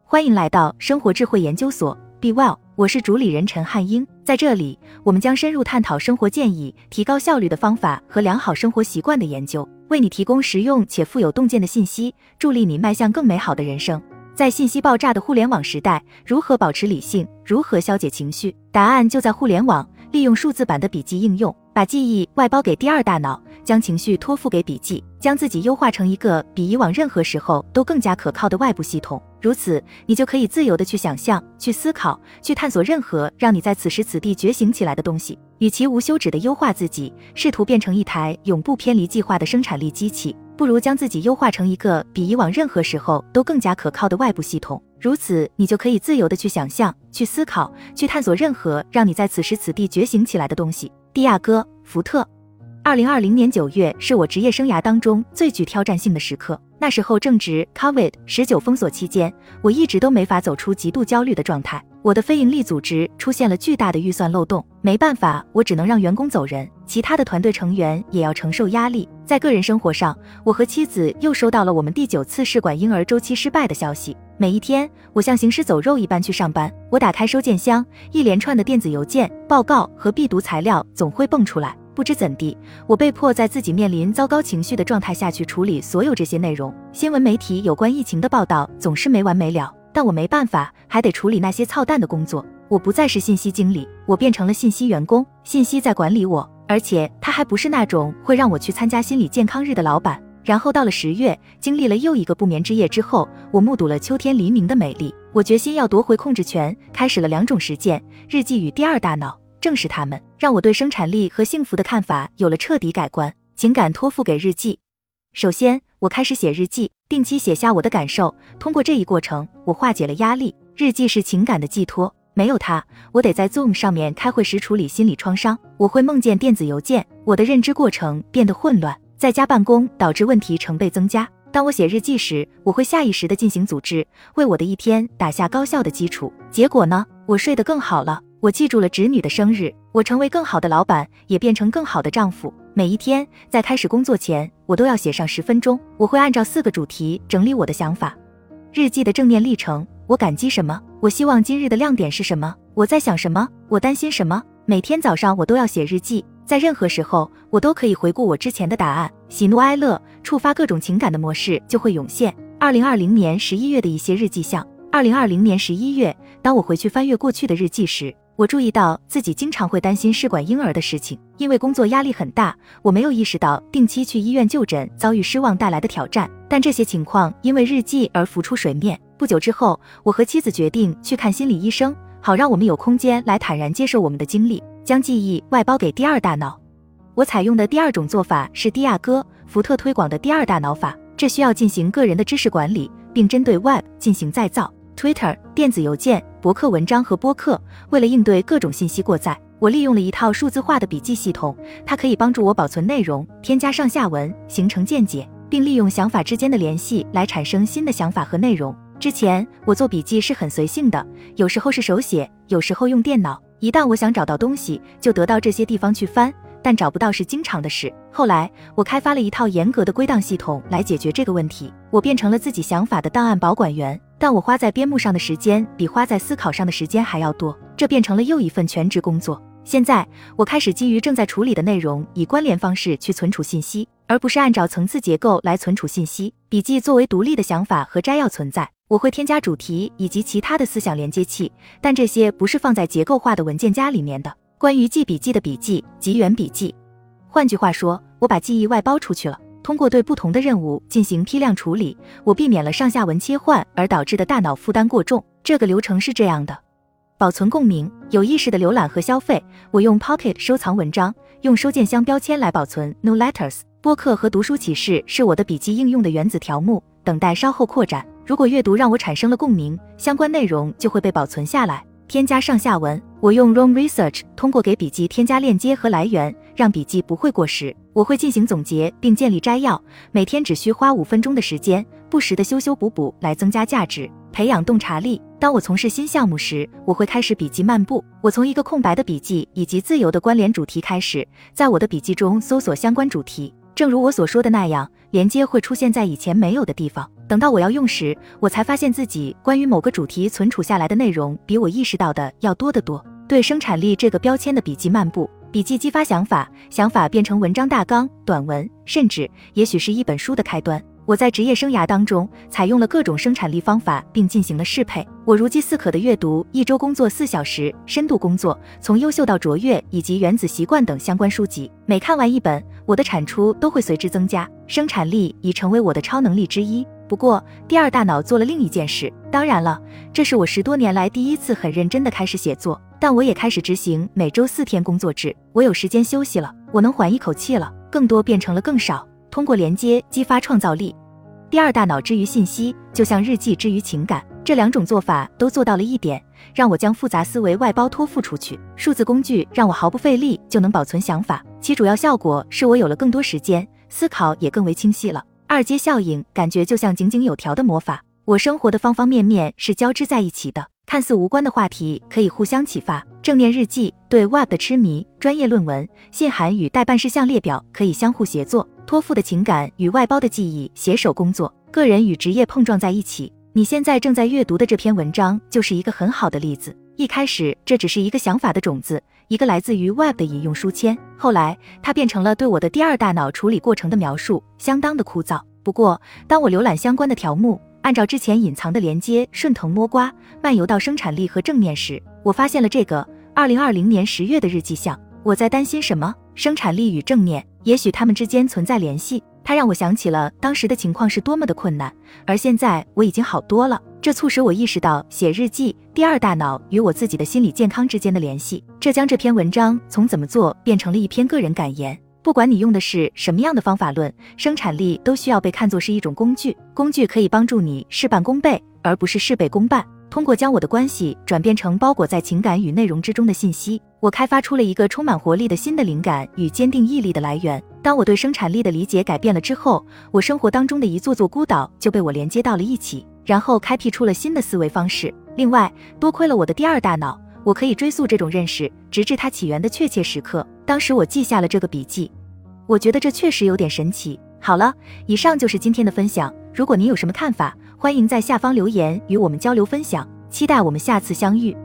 欢迎来到生活智慧研究所 Be Well， 我是主理人陈汉英。在这里，我们将深入探讨生活建议、提高效率的方法和良好生活习惯的研究，为你提供实用且富有洞见的信息，助力你迈向更美好的人生。在信息爆炸的互联网时代，如何保持理性？如何消解情绪？答案就在互联网。利用数字版的笔记应用，把记忆外包给第二大脑，将情绪托付给笔记，将自己优化成一个比以往任何时候都更加可靠的外部系统。如此，你就可以自由地去想象、去思考、去探索任何让你在此时此地觉醒起来的东西。与其无休止地优化自己，试图变成一台永不偏离计划的生产力机器，不如将自己优化成一个比以往任何时候都更加可靠的外部系统。如此，你就可以自由地去想象、去思考、去探索任何让你在此时此地觉醒起来的东西。蒂亚戈·福特。2020年9月是我职业生涯当中最具挑战性的时刻。那时候正值 COVID-19 封锁期间，我一直都没法走出极度焦虑的状态。我的非营利组织出现了巨大的预算漏洞，没办法，我只能让员工走人，其他的团队成员也要承受压力。在个人生活上，我和妻子又收到了我们第9次试管婴儿周期失败的消息。每一天，我像行尸走肉一般去上班。我打开收件箱，一连串的电子邮件、报告和必读材料总会蹦出来。不知怎地，我被迫在自己面临糟糕情绪的状态下去处理所有这些内容。新闻媒体有关疫情的报道总是没完没了，但我没办法，还得处理那些操蛋的工作。我不再是信息经理，我变成了信息员工，信息在管理我，而且他还不是那种会让我去参加心理健康日的老板。然后到了10月，经历了又一个不眠之夜之后，我目睹了秋天黎明的美丽。我决心要夺回控制权，开始了2种实践：日记与第二大脑。正是他们，让我对生产力和幸福的看法有了彻底改观。情感托付给日记。首先，我开始写日记，定期写下我的感受。通过这一过程，我化解了压力。日记是情感的寄托，没有它，我得在 Zoom 上面开会时处理心理创伤。我会梦见电子邮件，我的认知过程变得混乱。在家办公导致问题成倍增加。当我写日记时，我会下意识地进行组织，为我的一天打下高效的基础。结果呢？我睡得更好了。我记住了侄女的生日，我成为更好的老板，也变成更好的丈夫。每一天在开始工作前，我都要写上10分钟。我会按照4个主题整理我的想法。日记的正念历程，我感激什么？我希望今日的亮点是什么？我在想什么？我担心什么？每天早上我都要写日记，在任何时候我都可以回顾我之前的答案，喜怒哀乐，触发各种情感的模式就会涌现。2020年11月的一些日记项。2020年11月，当我回去翻阅过去的日记时，我注意到自己经常会担心试管婴儿的事情。因为工作压力很大，我没有意识到定期去医院就诊遭遇失望带来的挑战，但这些情况因为日记而浮出水面。不久之后，我和妻子决定去看心理医生，好让我们有空间来坦然接受我们的经历，将记忆外包给第二大脑。我采用的第2种做法是蒂亚戈·福特推广的第二大脑法，这需要进行个人的知识管理，并针对 Web 进行再造。Twitter、电子邮件、博客文章和播客。为了应对各种信息过载，我利用了一套数字化的笔记系统，它可以帮助我保存内容、添加上下文、形成见解，并利用想法之间的联系来产生新的想法和内容。之前我做笔记是很随性的，有时候是手写，有时候用电脑。一旦我想找到东西，就得到这些地方去翻，但找不到是经常的事。后来我开发了一套严格的归档系统来解决这个问题，我变成了自己想法的档案保管员。但我花在编目上的时间比花在思考上的时间还要多，这变成了又一份全职工作。现在我开始基于正在处理的内容，以关联方式去存储信息，而不是按照层次结构来存储信息。笔记作为独立的想法和摘要存在，我会添加主题以及其他的思想连接器，但这些不是放在结构化的文件夹里面的。关于记笔记的笔记及原笔记，换句话说，我把记忆外包出去了。通过对不同的任务进行批量处理，我避免了上下文切换而导致的大脑负担过重。这个流程是这样的：保存共鸣，有意识的浏览和消费。我用 Pocket 收藏文章，用收件箱标签来保存 Newsletters。播客和读书启事是我的笔记应用的原子条目，等待稍后扩展。如果阅读让我产生了共鸣，相关内容就会被保存下来。添加上下文，我用 Roam Research 通过给笔记添加链接和来源，让笔记不会过时。我会进行总结并建立摘要，每天只需花5分钟的时间，不时的修补补来增加价值，培养洞察力。当我从事新项目时，我会开始笔记漫步。我从一个空白的笔记以及自由的关联主题开始，在我的笔记中搜索相关主题。正如我所说的那样，连接会出现在以前没有的地方。 等到我要用时，我才发现自己关于某个主题存储下来的内容比我意识到的要多得多。对生产力这个标签的笔记漫步，笔记激发想法，想法变成文章大纲、短文，甚至也许是一本书的开端。我在职业生涯当中采用了各种生产力方法，并进行了适配。我如饥似渴地阅读一周工作4小时、深度工作、从优秀到卓越以及原子习惯等相关书籍。每看完一本，我的产出都会随之增加，生产力已成为我的超能力之一。不过，第二大脑做了另一件事。当然了，这是我10多年来第一次很认真地开始写作，但我也开始执行每周4天工作制。我有时间休息了，我能缓一口气了，更多变成了更少。通过连接激发创造力。第二大脑之于信息，就像日记之于情感，这2种做法都做到了一点，让我将复杂思维外包托付出去。数字工具让我毫不费力就能保存想法，其主要效果是我有了更多时间，思考也更为清晰了。二阶效应感觉就像井井有条的魔法，我生活的方方面面是交织在一起的，看似无关的话题可以互相启发。正念日记、对 Web 的痴迷、专业论文、信函与待办事项列表可以相互协作，托付的情感与外包的记忆携手工作，个人与职业碰撞在一起。你现在正在阅读的这篇文章就是一个很好的例子。一开始这只是一个想法的种子，一个来自于 Web 的引用书签，后来它变成了对我的第二大脑处理过程的描述，相当的枯燥。不过当我浏览相关的条目，按照之前隐藏的连接顺藤摸瓜漫游到生产力和正念时，我发现了这个2020年10月的日记项。我在担心什么？生产力与正念，也许它们之间存在联系。它让我想起了当时的情况是多么的困难，而现在我已经好多了。这促使我意识到写日记、第二大脑与我自己的心理健康之间的联系，这将这篇文章从怎么做变成了一篇个人感言。不管你用的是什么样的方法论，生产力都需要被看作是一种工具，工具可以帮助你事半功倍，而不是事倍功半。通过将我的关系转变成包裹在情感与内容之中的信息，我开发出了一个充满活力的新的灵感与坚定毅力的来源。当我对生产力的理解改变了之后，我生活当中的一座座孤岛就被我连接到了一起，然后开辟出了新的思维方式。另外，多亏了我的第二大脑，我可以追溯这种认识，直至它起源的确切时刻。当时我记下了这个笔记，我觉得这确实有点神奇。好了，以上就是今天的分享。如果您有什么看法，欢迎在下方留言与我们交流分享，期待我们下次相遇。